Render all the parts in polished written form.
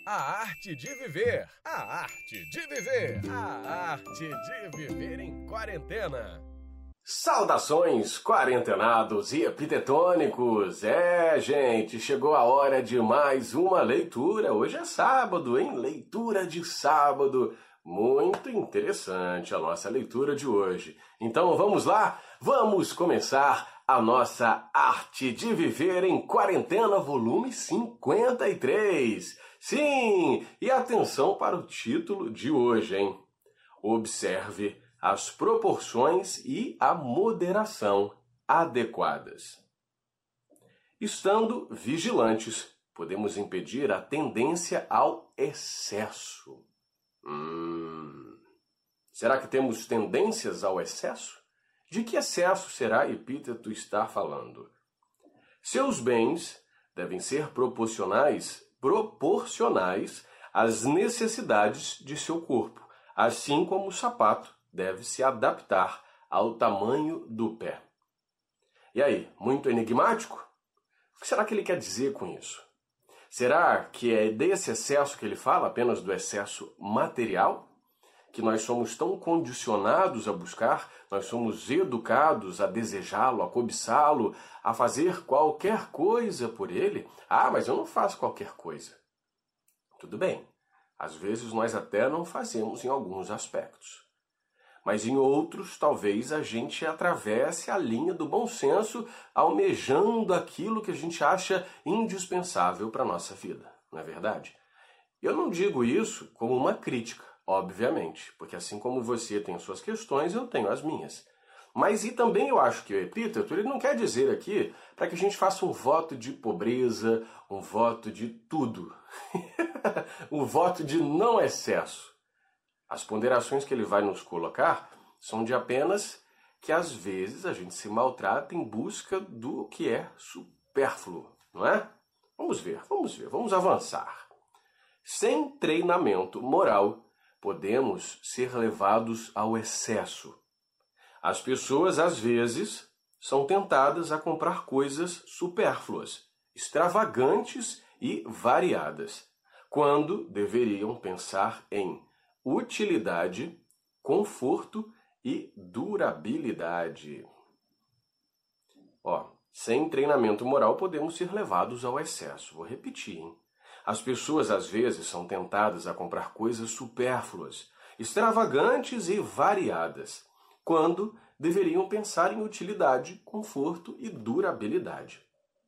A arte de viver, a arte de viver, a arte de viver em quarentena. Saudações, quarentenados e epitetônicos! Gente, chegou a hora de mais uma leitura. Hoje é sábado, hein? Leitura de sábado. Muito interessante a nossa leitura de hoje. Então vamos lá? Vamos começar a nossa Arte de Viver em Quarentena, volume 53. Sim, e atenção para o título de hoje, hein? Observe as proporções e a moderação adequadas. Estando vigilantes, podemos impedir a tendência ao excesso. Será que temos tendências ao excesso? De que excesso será Epíteto estar falando? Seus bens devem ser proporcionais às necessidades de seu corpo, assim como o sapato deve se adaptar ao tamanho do pé. E aí, muito enigmático? O que será que ele quer dizer com isso? Será que é desse excesso que ele fala, apenas do excesso material? Que nós somos tão condicionados a buscar, nós somos educados a desejá-lo, a cobiçá-lo, a fazer qualquer coisa por ele? Ah, mas eu não faço qualquer coisa. Tudo bem, às vezes nós até não fazemos em alguns aspectos. Mas em outros, talvez a gente atravesse a linha do bom senso, almejando aquilo que a gente acha indispensável para a nossa vida, não é verdade? Eu não digo isso como uma crítica, obviamente, porque assim como você tem suas questões, eu tenho as minhas. Mas e também eu acho que o Epíteto, ele não quer dizer aqui para que a gente faça um voto de pobreza, um voto de tudo, um voto de não excesso. As ponderações que ele vai nos colocar são de apenas que às vezes a gente se maltrata em busca do que é supérfluo, não é? Vamos ver, vamos avançar. Sem treinamento moral, podemos ser levados ao excesso. As pessoas, às vezes, são tentadas a comprar coisas supérfluas, extravagantes e variadas, quando deveriam pensar em utilidade, conforto e durabilidade. Sem treinamento moral podemos ser levados ao excesso. Vou repetir, hein? As pessoas às vezes são tentadas a comprar coisas supérfluas, extravagantes e variadas, quando deveriam pensar em utilidade, conforto e durabilidade.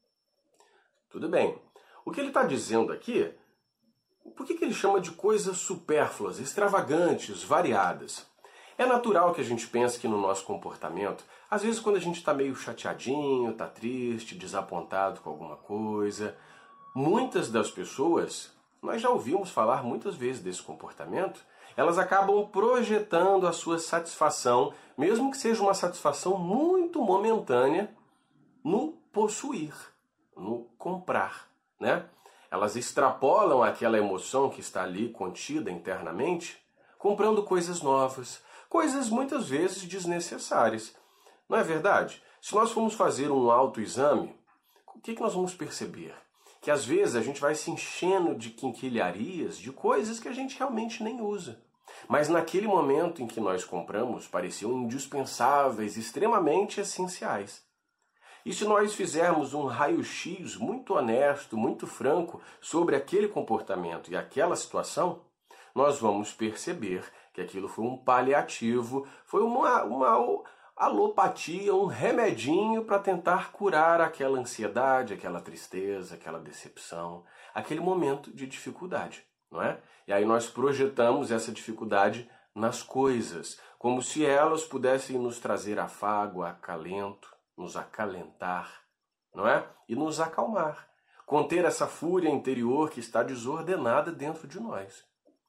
Tudo bem. O que ele está dizendo aqui, por que ele chama de coisas supérfluas, extravagantes, variadas? É natural que a gente pense que no nosso comportamento, às vezes quando a gente está meio chateadinho, está triste, desapontado com alguma coisa, muitas das pessoas, nós já ouvimos falar muitas vezes desse comportamento, elas acabam projetando a sua satisfação, mesmo que seja uma satisfação muito momentânea, no possuir, no comprar, né? Elas extrapolam aquela emoção que está ali contida internamente, comprando coisas novas, coisas muitas vezes desnecessárias. Não é verdade? Se nós formos fazer um autoexame, o que nós vamos perceber? Que às vezes a gente vai se enchendo de quinquilharias, de coisas que a gente realmente nem usa. Mas naquele momento em que nós compramos, pareciam indispensáveis, extremamente essenciais. E se nós fizermos um raio-x muito honesto, muito franco sobre aquele comportamento e aquela situação, nós vamos perceber que aquilo foi um paliativo, foi uma alopatia, um remedinho para tentar curar aquela ansiedade, aquela tristeza, aquela decepção, aquele momento de dificuldade, não é? E aí nós projetamos essa dificuldade nas coisas, como se elas pudessem nos trazer afago, acalento, nos acalentar, não é? E nos acalmar, conter essa fúria interior que está desordenada dentro de nós.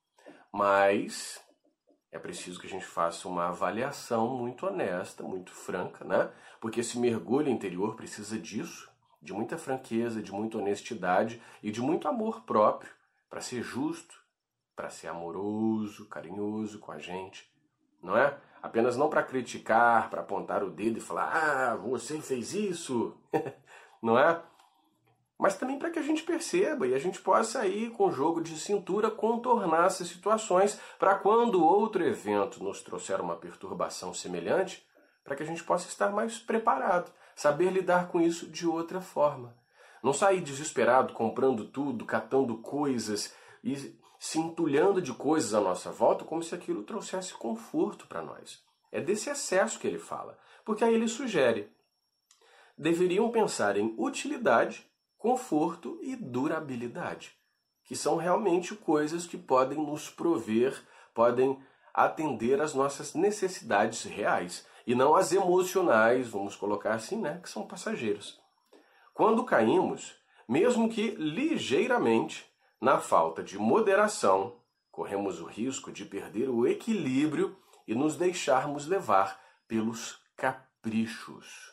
Mas é preciso que a gente faça uma avaliação muito honesta, muito franca, né? Porque esse mergulho interior precisa disso, de muita franqueza, de muita honestidade e de muito amor próprio, para ser justo, para ser amoroso, carinhoso com a gente, não é? Apenas não para criticar, para apontar o dedo e falar, você fez isso, não é? mas também para que a gente perceba e a gente possa aí, com jogo de cintura, contornar essas situações para quando outro evento nos trouxer uma perturbação semelhante, para que a gente possa estar mais preparado, saber lidar com isso de outra forma. Não sair desesperado comprando tudo, catando coisas e se entulhando de coisas à nossa volta como se aquilo trouxesse conforto para nós. É desse excesso que ele fala, porque aí ele sugere: deveriam pensar em utilidade, conforto e durabilidade, que são realmente coisas que podem nos prover, podem atender às nossas necessidades reais, e não as emocionais, vamos colocar assim, né, que são passageiros. Quando caímos, mesmo que ligeiramente, na falta de moderação, corremos o risco de perder o equilíbrio e nos deixarmos levar pelos caprichos.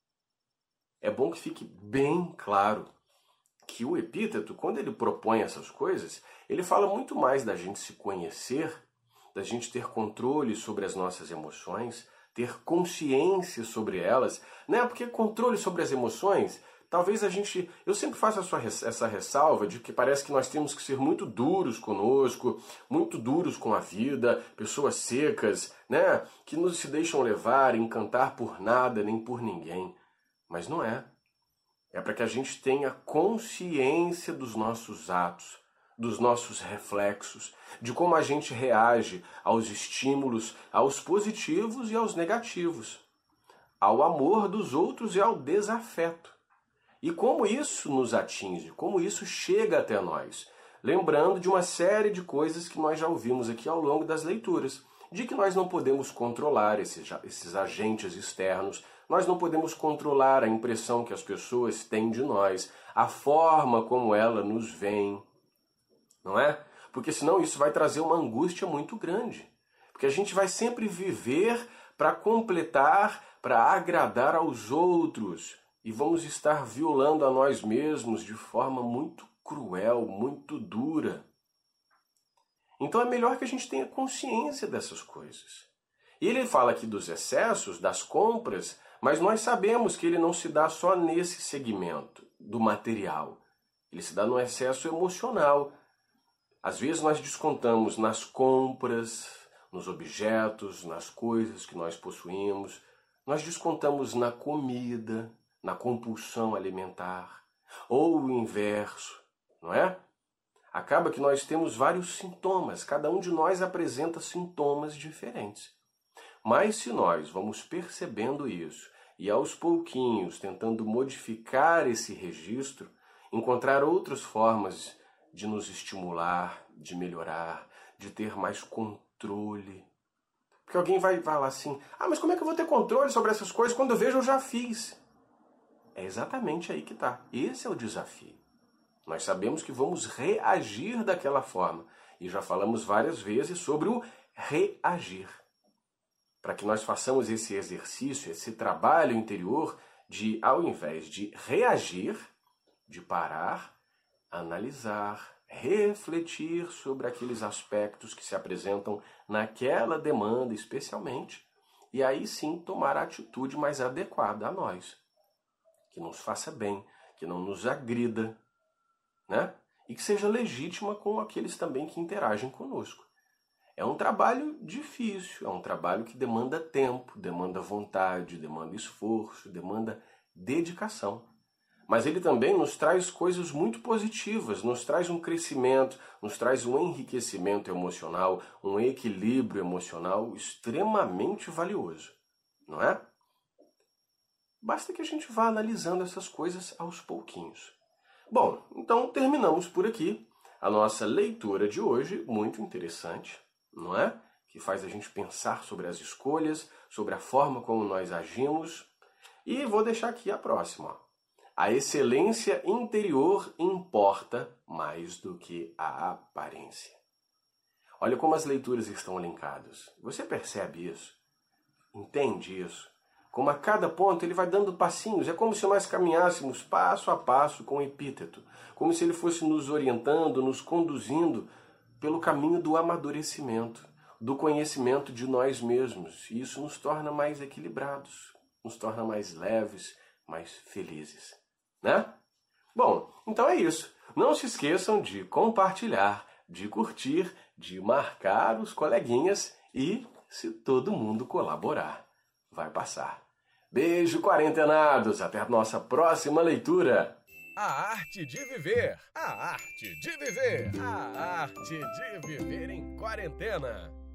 É bom que fique bem claro que o Epíteto, quando ele propõe essas coisas, ele fala muito mais da gente se conhecer, da gente ter controle sobre as nossas emoções, ter consciência sobre elas, né? Porque controle sobre as emoções, talvez eu sempre faço essa ressalva de que parece que nós temos que ser muito duros conosco, muito duros com a vida, pessoas secas, né? Que não se deixam levar, encantar por nada nem por ninguém. Mas não é. É para que a gente tenha consciência dos nossos atos, dos nossos reflexos, de como a gente reage aos estímulos, aos positivos e aos negativos, ao amor dos outros e ao desafeto. E como isso nos atinge, como isso chega até nós. Lembrando de uma série de coisas que nós já ouvimos aqui ao longo das leituras, de que nós não podemos controlar esses agentes externos, nós não podemos controlar a impressão que as pessoas têm de nós, a forma como ela nos veem, não é? Porque senão isso vai trazer uma angústia muito grande. Porque a gente vai sempre viver para completar, para agradar aos outros, e vamos estar violando a nós mesmos de forma muito cruel, muito dura. Então é melhor que a gente tenha consciência dessas coisas. E ele fala aqui dos excessos, das compras, mas nós sabemos que ele não se dá só nesse segmento do material. Ele se dá no excesso emocional. Às vezes nós descontamos nas compras, nos objetos, nas coisas que nós possuímos. Nós descontamos na comida, na compulsão alimentar. Ou o inverso, não é? Acaba que nós temos vários sintomas. Cada um de nós apresenta sintomas diferentes. Mas se nós vamos percebendo isso e aos pouquinhos tentando modificar esse registro, encontrar outras formas de nos estimular, de melhorar, de ter mais controle. Porque alguém vai falar assim: mas como é que eu vou ter controle sobre essas coisas? Quando eu vejo, eu já fiz. É exatamente aí que está. Esse é o desafio. Nós sabemos que vamos reagir daquela forma. E já falamos várias vezes sobre o reagir. Para que nós façamos esse exercício, esse trabalho interior de, ao invés de reagir, de parar, analisar, refletir sobre aqueles aspectos que se apresentam naquela demanda especialmente, e aí sim tomar a atitude mais adequada a nós, que nos faça bem, que não nos agrida, né? E que seja legítima com aqueles também que interagem conosco. É um trabalho difícil, é um trabalho que demanda tempo, demanda vontade, demanda esforço, demanda dedicação. Mas ele também nos traz coisas muito positivas, nos traz um crescimento, nos traz um enriquecimento emocional, um equilíbrio emocional extremamente valioso, não é? Basta que a gente vá analisando essas coisas aos pouquinhos. Bom, então terminamos por aqui a nossa leitura de hoje, muito interessante, não é? Que faz a gente pensar sobre as escolhas, sobre a forma como nós agimos. E vou deixar aqui a próxima. A excelência interior importa mais do que a aparência. Olha como as leituras estão linkadas. Você percebe isso? Entende isso? Como a cada ponto ele vai dando passinhos. É como se nós caminhássemos passo a passo com o Epíteto. Como se ele fosse nos orientando, nos conduzindo pelo caminho do amadurecimento, do conhecimento de nós mesmos. E isso nos torna mais equilibrados, nos torna mais leves, mais felizes, né? Bom, então é isso. Não se esqueçam de compartilhar, de curtir, de marcar os coleguinhas e, se todo mundo colaborar, vai passar. Beijo, quarentenados! Até a nossa próxima leitura! A arte de viver! A arte de viver! A arte de viver em quarentena!